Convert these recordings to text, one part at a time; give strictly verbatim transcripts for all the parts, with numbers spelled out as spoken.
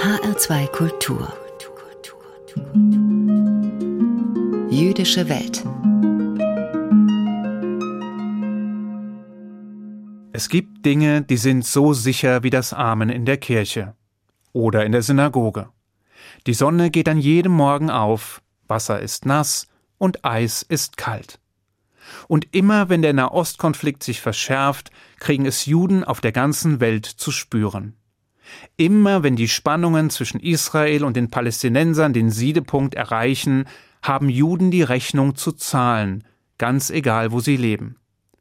H R zwei Kultur. Jüdische Welt. Es gibt Dinge, die sind so sicher wie das Amen in der Kirche oder in der Synagoge. Die Sonne geht an jedem Morgen auf, Wasser ist nass und Eis ist kalt. Und immer wenn der Nahostkonflikt sich verschärft, kriegen es Juden auf der ganzen Welt zu spüren. Immer wenn die Spannungen zwischen Israel und den Palästinensern den Siedepunkt erreichen, haben Juden die Rechnung zu zahlen, ganz egal, wo sie leben.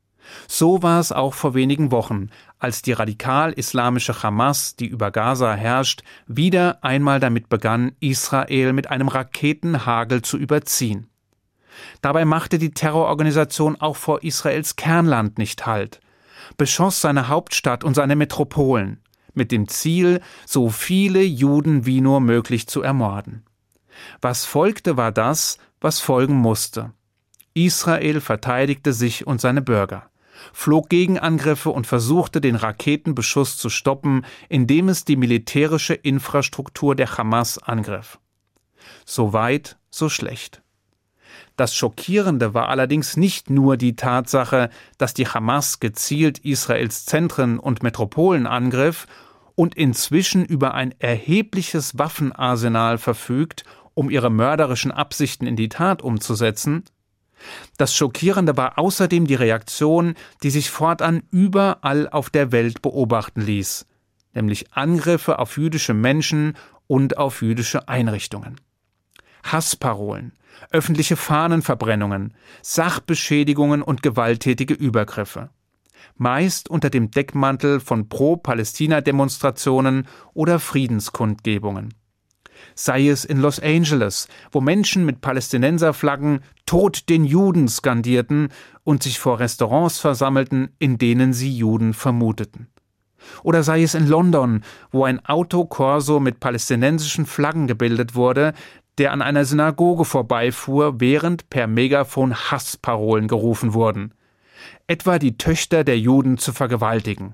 So war es auch vor wenigen Wochen, als die radikal-islamische Hamas, die über Gaza herrscht, wieder einmal damit begann, Israel mit einem Raketenhagel zu überziehen. Dabei machte die Terrororganisation auch vor Israels Kernland nicht Halt, beschoss seine Hauptstadt und seine Metropolen, mit dem Ziel, so viele Juden wie nur möglich zu ermorden. Was folgte, war das, was folgen musste. Israel verteidigte sich und seine Bürger, flog Gegenangriffe und versuchte, den Raketenbeschuss zu stoppen, indem es die militärische Infrastruktur der Hamas angriff. So weit, so schlecht. Das Schockierende war allerdings nicht nur die Tatsache, dass die Hamas gezielt Israels Zentren und Metropolen angriff und inzwischen über ein erhebliches Waffenarsenal verfügt, um ihre mörderischen Absichten in die Tat umzusetzen. Das Schockierende war außerdem die Reaktion, die sich fortan überall auf der Welt beobachten ließ, nämlich Angriffe auf jüdische Menschen und auf jüdische Einrichtungen. Hassparolen, öffentliche Fahnenverbrennungen, Sachbeschädigungen und gewalttätige Übergriffe. Meist unter dem Deckmantel von Pro-Palästina-Demonstrationen oder Friedenskundgebungen. Sei es in Los Angeles, wo Menschen mit Palästinenserflaggen »Tod den Juden« skandierten und sich vor Restaurants versammelten, in denen sie Juden vermuteten. Oder sei es in London, wo ein Autokorso mit palästinensischen Flaggen gebildet wurde, der an einer Synagoge vorbeifuhr, während per Megafon Hassparolen gerufen wurden. Etwa die Töchter der Juden zu vergewaltigen.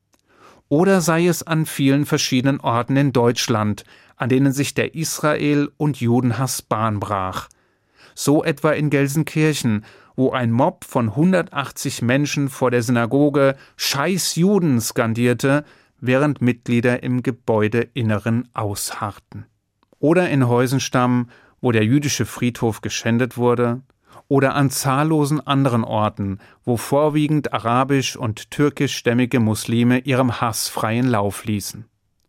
Oder sei es an vielen verschiedenen Orten in Deutschland, an denen sich der Israel- und Judenhass Bahn brach. So etwa in Gelsenkirchen, wo ein Mob von hundertachtzig Menschen vor der Synagoge »Scheiß Juden« skandierte, während Mitglieder im Gebäudeinneren ausharrten. Oder in Heusenstamm, wo der jüdische Friedhof geschändet wurde. Oder an zahllosen anderen Orten, wo vorwiegend arabisch- und türkischstämmige Muslime ihrem Hass freien Lauf ließen.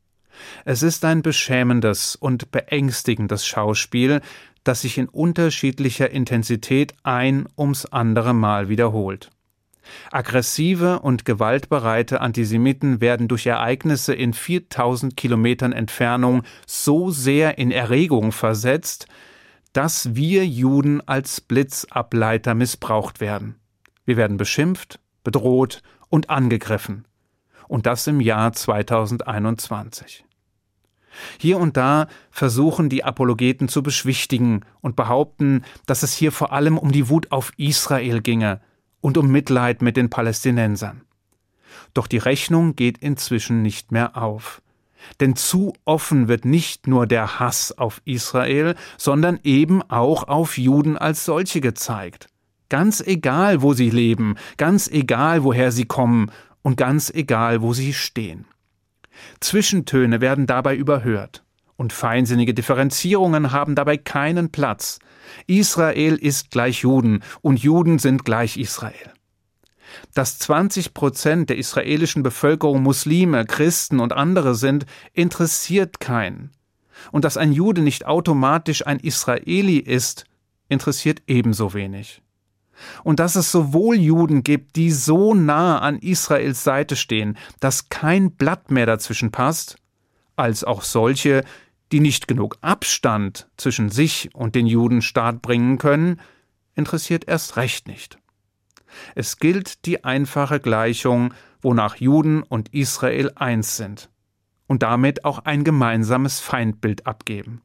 Es ist ein beschämendes und beängstigendes Schauspiel, das sich in unterschiedlicher Intensität ein ums andere Mal wiederholt. Aggressive und gewaltbereite Antisemiten werden durch Ereignisse in viertausend Kilometern Entfernung so sehr in Erregung versetzt, dass wir Juden als Blitzableiter missbraucht werden. Wir werden beschimpft, bedroht und angegriffen. Und das im Jahr zweitausendeinundzwanzig. Hier und da versuchen die Apologeten zu beschwichtigen und behaupten, dass es hier vor allem um die Wut auf Israel ginge und um Mitleid mit den Palästinensern. Doch die Rechnung geht inzwischen nicht mehr auf. Denn zu offen wird nicht nur der Hass auf Israel, sondern eben auch auf Juden als solche gezeigt. Ganz egal, wo sie leben, ganz egal, woher sie kommen und ganz egal, wo sie stehen. Zwischentöne werden dabei überhört und feinsinnige Differenzierungen haben dabei keinen Platz. Israel ist gleich Juden und Juden sind gleich Israel. Dass zwanzig Prozent der israelischen Bevölkerung Muslime, Christen und andere sind, interessiert keinen. Und dass ein Jude nicht automatisch ein Israeli ist, interessiert ebenso wenig. Und dass es sowohl Juden gibt, die so nah an Israels Seite stehen, dass kein Blatt mehr dazwischen passt, als auch solche, die nicht genug Abstand zwischen sich und den Judenstaat bringen können, interessiert erst recht nicht. Es gilt die einfache Gleichung, wonach Juden und Israel eins sind und damit auch ein gemeinsames Feindbild abgeben.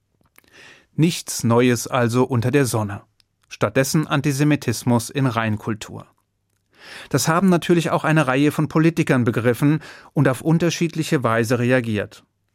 Nichts Neues also unter der Sonne. Stattdessen Antisemitismus in Reinkultur. Das haben natürlich auch eine Reihe von Politikern begriffen und auf unterschiedliche Weise reagiert.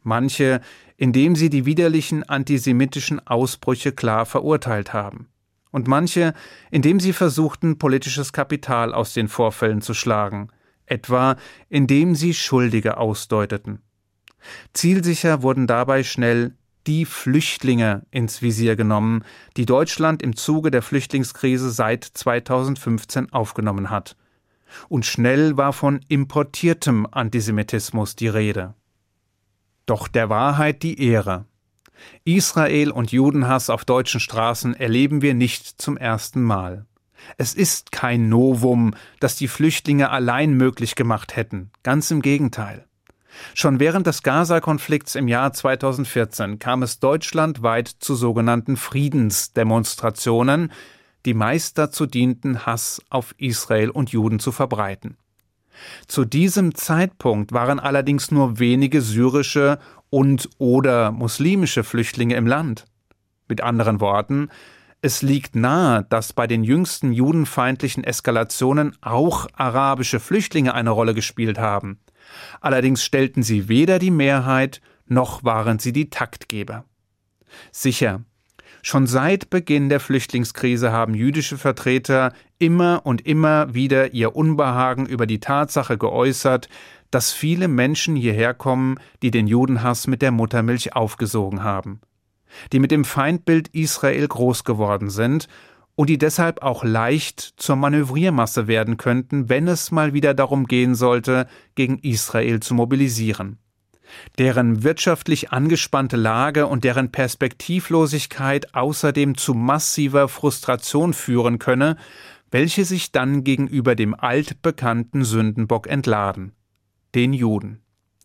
Manche, indem sie die widerlichen antisemitischen Ausbrüche klar verurteilt haben. Und manche, indem sie versuchten, politisches Kapital aus den Vorfällen zu schlagen, etwa indem sie Schuldige ausdeuteten. Zielsicher wurden dabei schnell die Flüchtlinge ins Visier genommen, die Deutschland im Zuge der Flüchtlingskrise seit zweitausendfünfzehn aufgenommen hat. Und schnell war von importiertem Antisemitismus die Rede. Doch der Wahrheit die Ehre. Israel und Judenhass auf deutschen Straßen erleben wir nicht zum ersten Mal. Es ist kein Novum, das die Flüchtlinge allein möglich gemacht hätten, ganz im Gegenteil. Schon während des Gaza-Konflikts im Jahr zweitausendvierzehn kam es deutschlandweit zu sogenannten Friedensdemonstrationen, die meist dazu dienten, Hass auf Israel und Juden zu verbreiten. Zu diesem Zeitpunkt waren allerdings nur wenige syrische und oder muslimische Flüchtlinge im Land. Mit anderen Worten, es liegt nahe, dass bei den jüngsten judenfeindlichen Eskalationen auch arabische Flüchtlinge eine Rolle gespielt haben. Allerdings stellten sie weder die Mehrheit, noch waren sie die Taktgeber. Sicher, schon seit Beginn der Flüchtlingskrise haben jüdische Vertreter immer und immer wieder ihr Unbehagen über die Tatsache geäußert, dass viele Menschen hierher kommen, die den Judenhass mit der Muttermilch aufgesogen haben, die mit dem Feindbild Israel groß geworden sind und die deshalb auch leicht zur Manövriermasse werden könnten, wenn es mal wieder darum gehen sollte, gegen Israel zu mobilisieren. Deren wirtschaftlich angespannte Lage und deren Perspektivlosigkeit außerdem zu massiver Frustration führen könne, welche sich dann gegenüber dem altbekannten Sündenbock entladen, den Juden.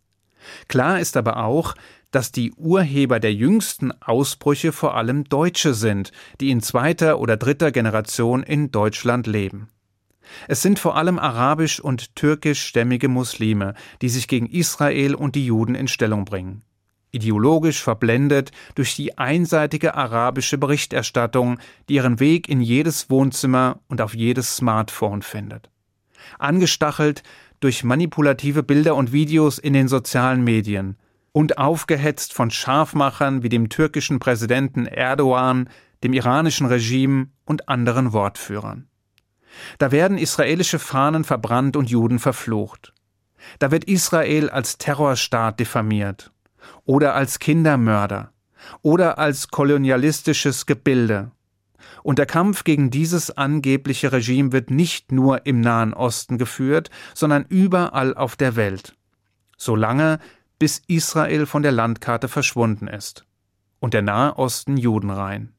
Klar ist aber auch, dass die Urheber der jüngsten Ausbrüche vor allem Deutsche sind, die in zweiter oder dritter Generation in Deutschland leben. Es sind vor allem arabisch- und türkischstämmige Muslime, die sich gegen Israel und die Juden in Stellung bringen. Ideologisch verblendet durch die einseitige arabische Berichterstattung, die ihren Weg in jedes Wohnzimmer und auf jedes Smartphone findet. Angestachelt durch manipulative Bilder und Videos in den sozialen Medien und aufgehetzt von Scharfmachern wie dem türkischen Präsidenten Erdogan, dem iranischen Regime und anderen Wortführern. Da werden israelische Fahnen verbrannt und Juden verflucht. Da wird Israel als Terrorstaat diffamiert oder als Kindermörder oder als kolonialistisches Gebilde. Und der Kampf gegen dieses angebliche Regime wird nicht nur im Nahen Osten geführt, sondern überall auf der Welt. Solange, bis Israel von der Landkarte verschwunden ist und der Nahe Osten judenrein.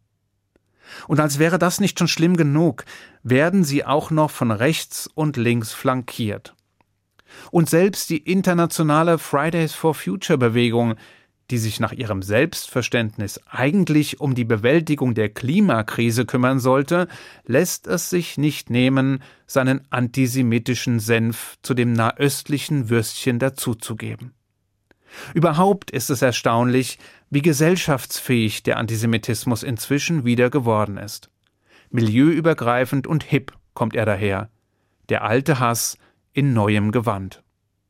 Und als wäre das nicht schon schlimm genug, werden sie auch noch von rechts und links flankiert. Und selbst die internationale Fridays for Future Bewegung, die sich nach ihrem Selbstverständnis eigentlich um die Bewältigung der Klimakrise kümmern sollte, lässt es sich nicht nehmen, seinen antisemitischen Senf zu dem nahöstlichen Würstchen dazuzugeben. Überhaupt ist es erstaunlich, wie gesellschaftsfähig der Antisemitismus inzwischen wieder geworden ist. Milieuübergreifend und hip kommt er daher, der alte Hass in neuem Gewand.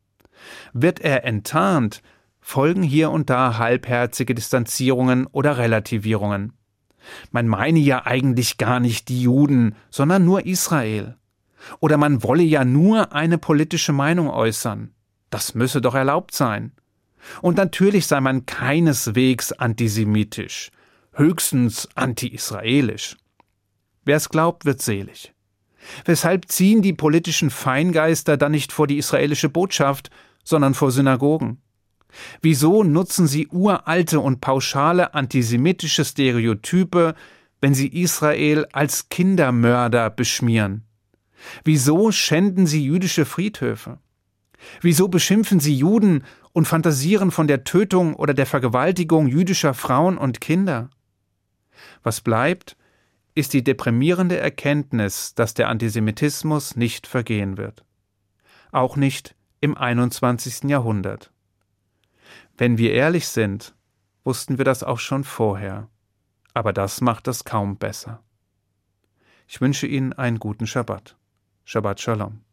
Wird er enttarnt, folgen hier und da halbherzige Distanzierungen oder Relativierungen. Man meine ja eigentlich gar nicht die Juden, sondern nur Israel. Oder man wolle ja nur eine politische Meinung äußern. Das müsse doch erlaubt sein. Und natürlich sei man keineswegs antisemitisch, höchstens anti-israelisch. Wer es glaubt, wird selig. Weshalb ziehen die politischen Feingeister dann nicht vor die israelische Botschaft, sondern vor Synagogen? Wieso nutzen sie uralte und pauschale antisemitische Stereotype, wenn sie Israel als Kindermörder beschmieren? Wieso schänden sie jüdische Friedhöfe? Wieso beschimpfen sie Juden und fantasieren von der Tötung oder der Vergewaltigung jüdischer Frauen und Kinder? Was bleibt, ist die deprimierende Erkenntnis, dass der Antisemitismus nicht vergehen wird. Auch nicht im einundzwanzigsten Jahrhundert. Wenn wir ehrlich sind, wussten wir das auch schon vorher. Aber das macht es kaum besser. Ich wünsche Ihnen einen guten Schabbat. Shabbat Shalom.